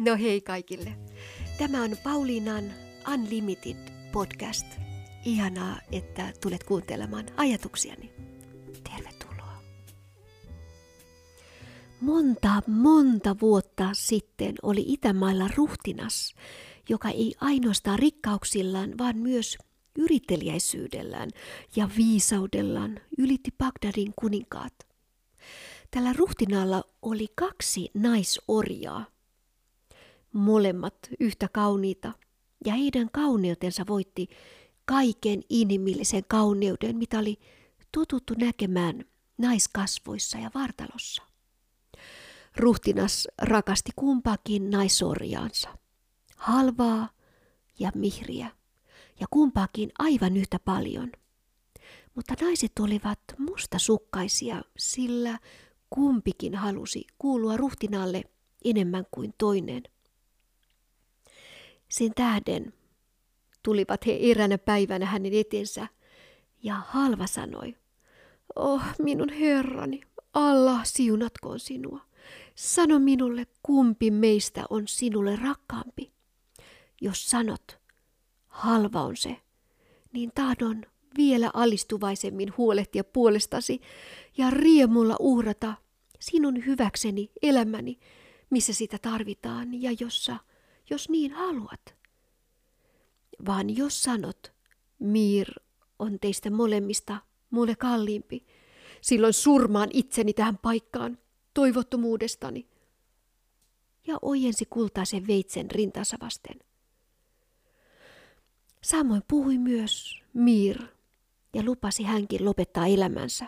No hei kaikille. Tämä on Pauliinan Unlimited podcast. Ihanaa, että tulet kuuntelemaan ajatuksiani. Tervetuloa. Monta vuotta sitten oli Itämailla ruhtinas, joka ei ainoastaan rikkauksillaan, vaan myös yritteliäisyydellään ja viisaudellaan ylitti Bagdadin kuninkaat. Tällä ruhtinaalla oli 2 naisorjaa, molemmat yhtä kauniita, ja heidän kauneutensa voitti kaiken inhimillisen kauneuden, mitä oli totuttu näkemään naiskasvoissa ja vartalossa. Ruhtinas rakasti kumpaakin naisorjaansa, Halvaa ja Mihriä, ja kumpaakin aivan yhtä paljon. Mutta naiset olivat mustasukkaisia, sillä kumpikin halusi kuulua ruhtinaalle enemmän kuin toinen. Sen tähden tulivat he eräänä päivänä hänen etensä, ja Halva sanoi, minun herrani, Allah siunatkoon sinua. Sano minulle, kumpi meistä on sinulle rakkaampi. Jos sanot, Halva on se, niin tahdon vielä alistuvaisemmin huolehtia puolestasi ja riemulla uhrata sinun hyväkseni elämäni, missä sitä tarvitaan ja jos niin haluat. Vaan jos sanot, Mir on teistä molemmista mulle kalliimpi, silloin surmaan itseni tähän paikkaan toivottomuudestani. Ja ojensi kultaisen veitsen rintansa vasten. Samoin puhui myös Mir ja lupasi hänkin lopettaa elämänsä.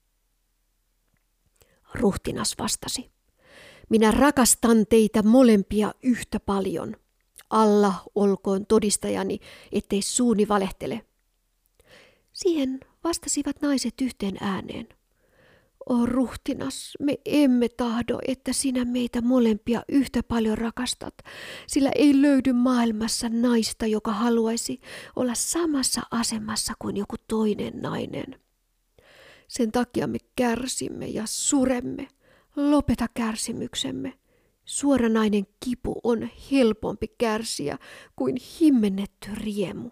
Ruhtinas vastasi, minä rakastan teitä molempia yhtä paljon. Allah olkoon todistajani, ettei suuni valehtele. Siihen vastasivat naiset yhteen ääneen. Ruhtinas, me emme tahdo, että sinä meitä molempia yhtä paljon rakastat, sillä ei löydy maailmassa naista, joka haluaisi olla samassa asemassa kuin joku toinen nainen. Sen takia me kärsimme ja suremme. Lopeta kärsimyksemme. Suoranainen kipu on helpompi kärsiä kuin himmennetty riemu.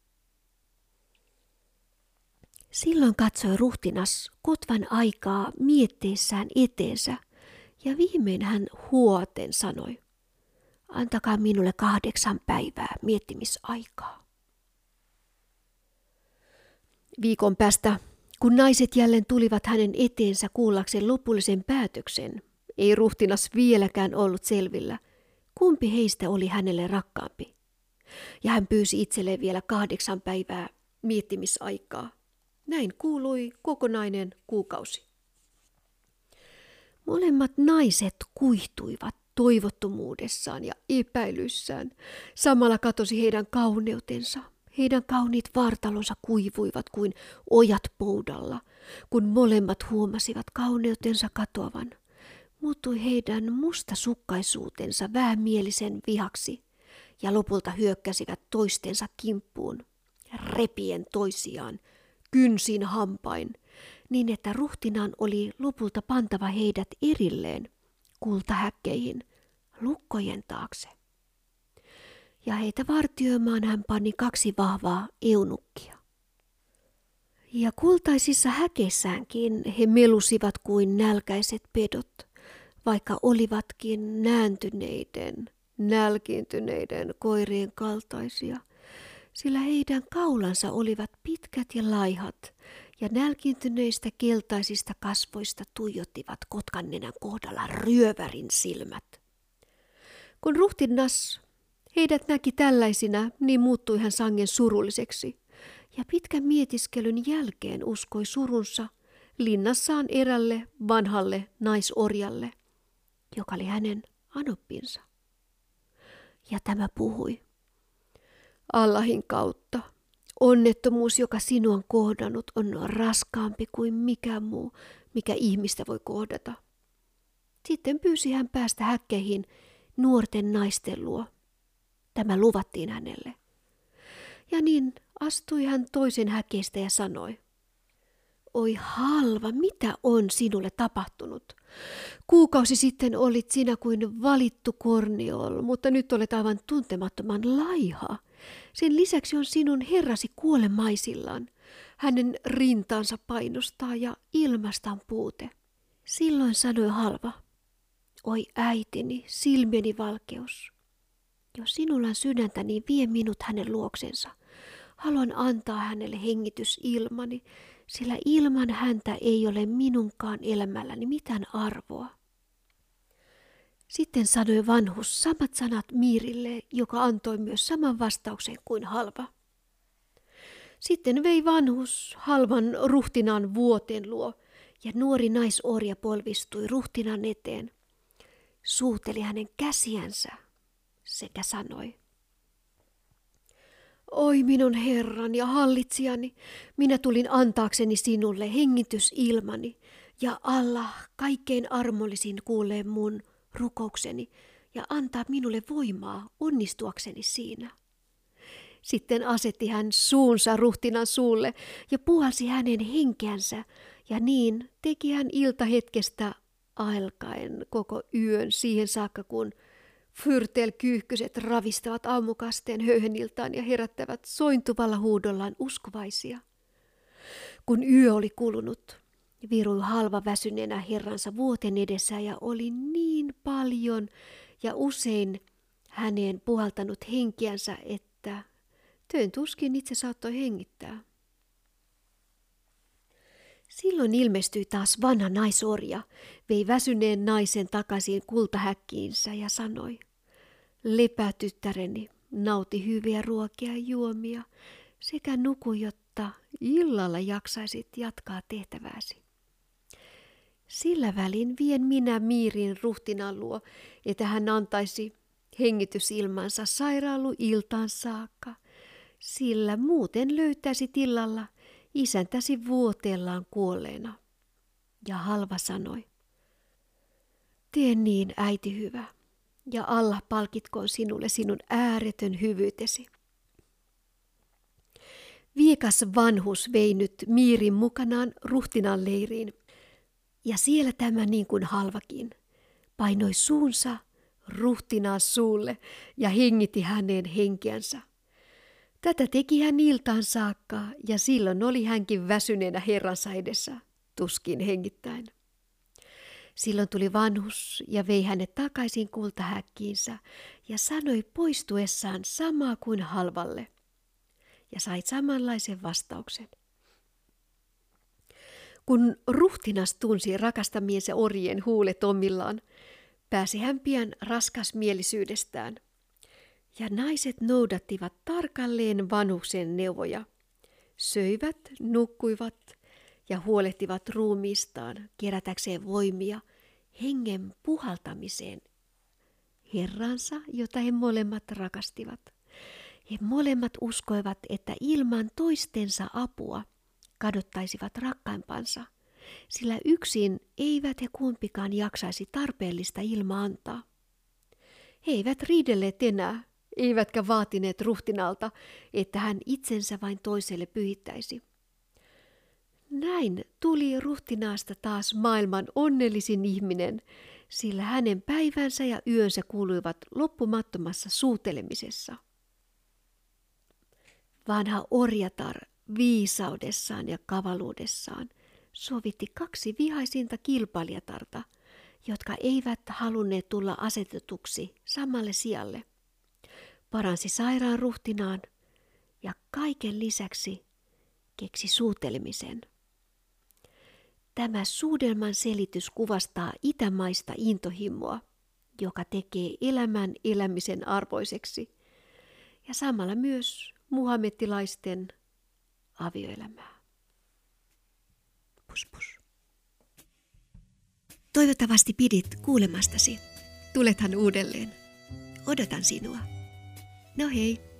Silloin katsoi ruhtinas kotvan aikaa mietteissään eteensä, ja viimein hän huoten sanoi, antakaa minulle 8 päivää miettimisaikaa. Viikon päästä, kun naiset jälleen tulivat hänen eteensä kuullakseen lopullisen päätöksen, ei ruhtinas vieläkään ollut selvillä, kumpi heistä oli hänelle rakkaampi. Ja hän pyysi itselleen vielä 8 päivää miettimisaikaa. Näin kuului kokonainen kuukausi. Molemmat naiset kuihtuivat toivottomuudessaan ja epäilyssään. Samalla katosi heidän kauneutensa. Heidän kauniit vartalonsa kuivuivat kuin ojat poudalla, kun molemmat huomasivat kauneutensa katoavan. Muuttui heidän mustasukkaisuutensa vähämielisen vihaksi ja lopulta hyökkäsivät toistensa kimppuun, repien toisiaan, kynsin hampain, niin että ruhtinaan oli lopulta pantava heidät erilleen kultahäkkeihin lukkojen taakse. Ja heitä vartioimaan hän pani 2 vahvaa eunukkia. Ja kultaisissa häkeissäänkin he melusivat kuin nälkäiset pedot, vaikka olivatkin nälkiintyneiden koirien kaltaisia, sillä heidän kaulansa olivat pitkät ja laihat, ja nälkiintyneistä keltaisista kasvoista tuijottivat kotkannenän kohdalla ryövärin silmät. Kun ruhtinas heidät näki tällaisina, niin muuttui hän sangen surulliseksi, ja pitkän mietiskelyn jälkeen uskoi surunsa linnassaan erälle vanhalle naisorjalle, joka oli hänen anoppinsa. Ja tämä puhui. Allahin kautta, onnettomuus, joka sinua on kohdannut, on raskaampi kuin mikä muu, mikä ihmistä voi kohdata. Sitten pyysi hän päästä häkkeihin nuorten naisten luo. Tämä luvattiin hänelle. Ja niin astui hän toisen häkeistä ja sanoi, oi Halva, mitä on sinulle tapahtunut? Kuukausi sitten olit sinä kuin valittu korniol, mutta nyt olet aivan tuntemattoman laiha. Sen lisäksi on sinun herrasi kuolemaisillaan. Hänen rintaansa painostaa ja ilmastaan puute. Silloin sanoi Halva, oi äitini, silmieni valkeus. Jos sinulla on sydäntä, niin vie minut hänen luoksensa. Haluan antaa hänelle hengitysilmani, sillä ilman häntä ei ole minunkaan elämälläni mitään arvoa. Sitten sanoi vanhus samat sanat Miirille, joka antoi myös saman vastauksen kuin Halva. Sitten vei vanhus Halvan ruhtinaan vuoteen luo, ja nuori naisorja polvistui ruhtinaan eteen, suuteli hänen käsiänsä sekä sanoi, oi minun herran ja hallitsijani, minä tulin antaakseni sinulle hengitysilmani, ja Allah kaikkein armollisin kuulee mun rukoukseni ja antaa minulle voimaa onnistuakseni siinä. Sitten asetti hän suunsa ruhtinan suulle ja puhalsi hänen henkeänsä, ja niin teki hän iltahetkestä alkaen koko yön siihen saakka, kun fyrtelkyyhkyset ravistavat aamukasteen höyheniltaan ja herättävät sointuvalla huudollaan uskovaisia. Kun yö oli kulunut, virui Halva väsyneenä herransa vuoten edessä ja oli niin paljon ja usein häneen puhaltanut henkiänsä, että työn tuskin itse saattoi hengittää. Silloin ilmestyi taas vanha naisorja, vei väsyneen naisen takaisin kultahäkkiinsä ja sanoi, lepää tyttäreni, nauti hyviä ruokia ja juomia sekä nuku, jotta illalla jaksaisit jatkaa tehtävääsi. Sillä välin vien minä Miirin ruhtinaan luo, että hän antaisi hengitysilmansa sairaaluiltaan saakka, sillä muuten löytäisi illalla isäntäsi vuoteellaan kuolleena. Ja Halva sanoi, tee niin, äiti hyvä, ja Allah palkitkoon sinulle sinun ääretön hyvyytesi. Viekas vanhus vei nyt Miirin mukanaan ruhtinaan leiriin, ja siellä tämä niin kuin Halvakin painoi suunsa ruhtinaan suulle ja hengitti hänen henkeänsä. Tätä teki hän iltaan saakka, ja silloin oli hänkin väsyneenä herransa edessä, tuskin hengittäen. Silloin tuli vanhus ja vei hänet takaisin kultahäkkiinsä ja sanoi poistuessaan samaa kuin Halvalle, ja sai samanlaisen vastauksen. Kun ruhtinas tunsi rakastamiensa orjien huulet omillaan, pääsi hän pian raskasmielisyydestään. Ja naiset noudattivat tarkalleen vanhuksen neuvoja, söivät, nukkuivat ja huolehtivat ruumiistaan kerätäkseen voimia hengen puhaltamiseen Herransa, jota he molemmat rakastivat. He molemmat uskoivat, että ilman toistensa apua kadottaisivat rakkaimpansa, sillä yksin eivät he kumpikaan jaksaisi tarpeellista ilmaa antaa. He eivät riidelleet enää, eivätkä vaatineet ruhtinaalta, että hän itsensä vain toiselle pyhittäisi. Näin tuli ruhtinaasta taas maailman onnellisin ihminen, sillä hänen päivänsä ja yönsä kuuluivat loppumattomassa suutelemisessa. Vanha orjatar viisaudessaan ja kavaluudessaan sovitti 2 vihaisinta kilpailijatarta, jotka eivät halunneet tulla asetetuksi samalle sijalle. Paransi sairaan ruhtinaan ja kaiken lisäksi keksi suutelemisen. Tämä suudelman selitys kuvastaa itämaista intohimoa, joka tekee elämän elämisen arvoiseksi ja samalla myös muhammetilaisten avioelämää. Pus pus. Toivottavasti pidit kuulemastasi. Tulethan uudelleen. Odotan sinua. No hei.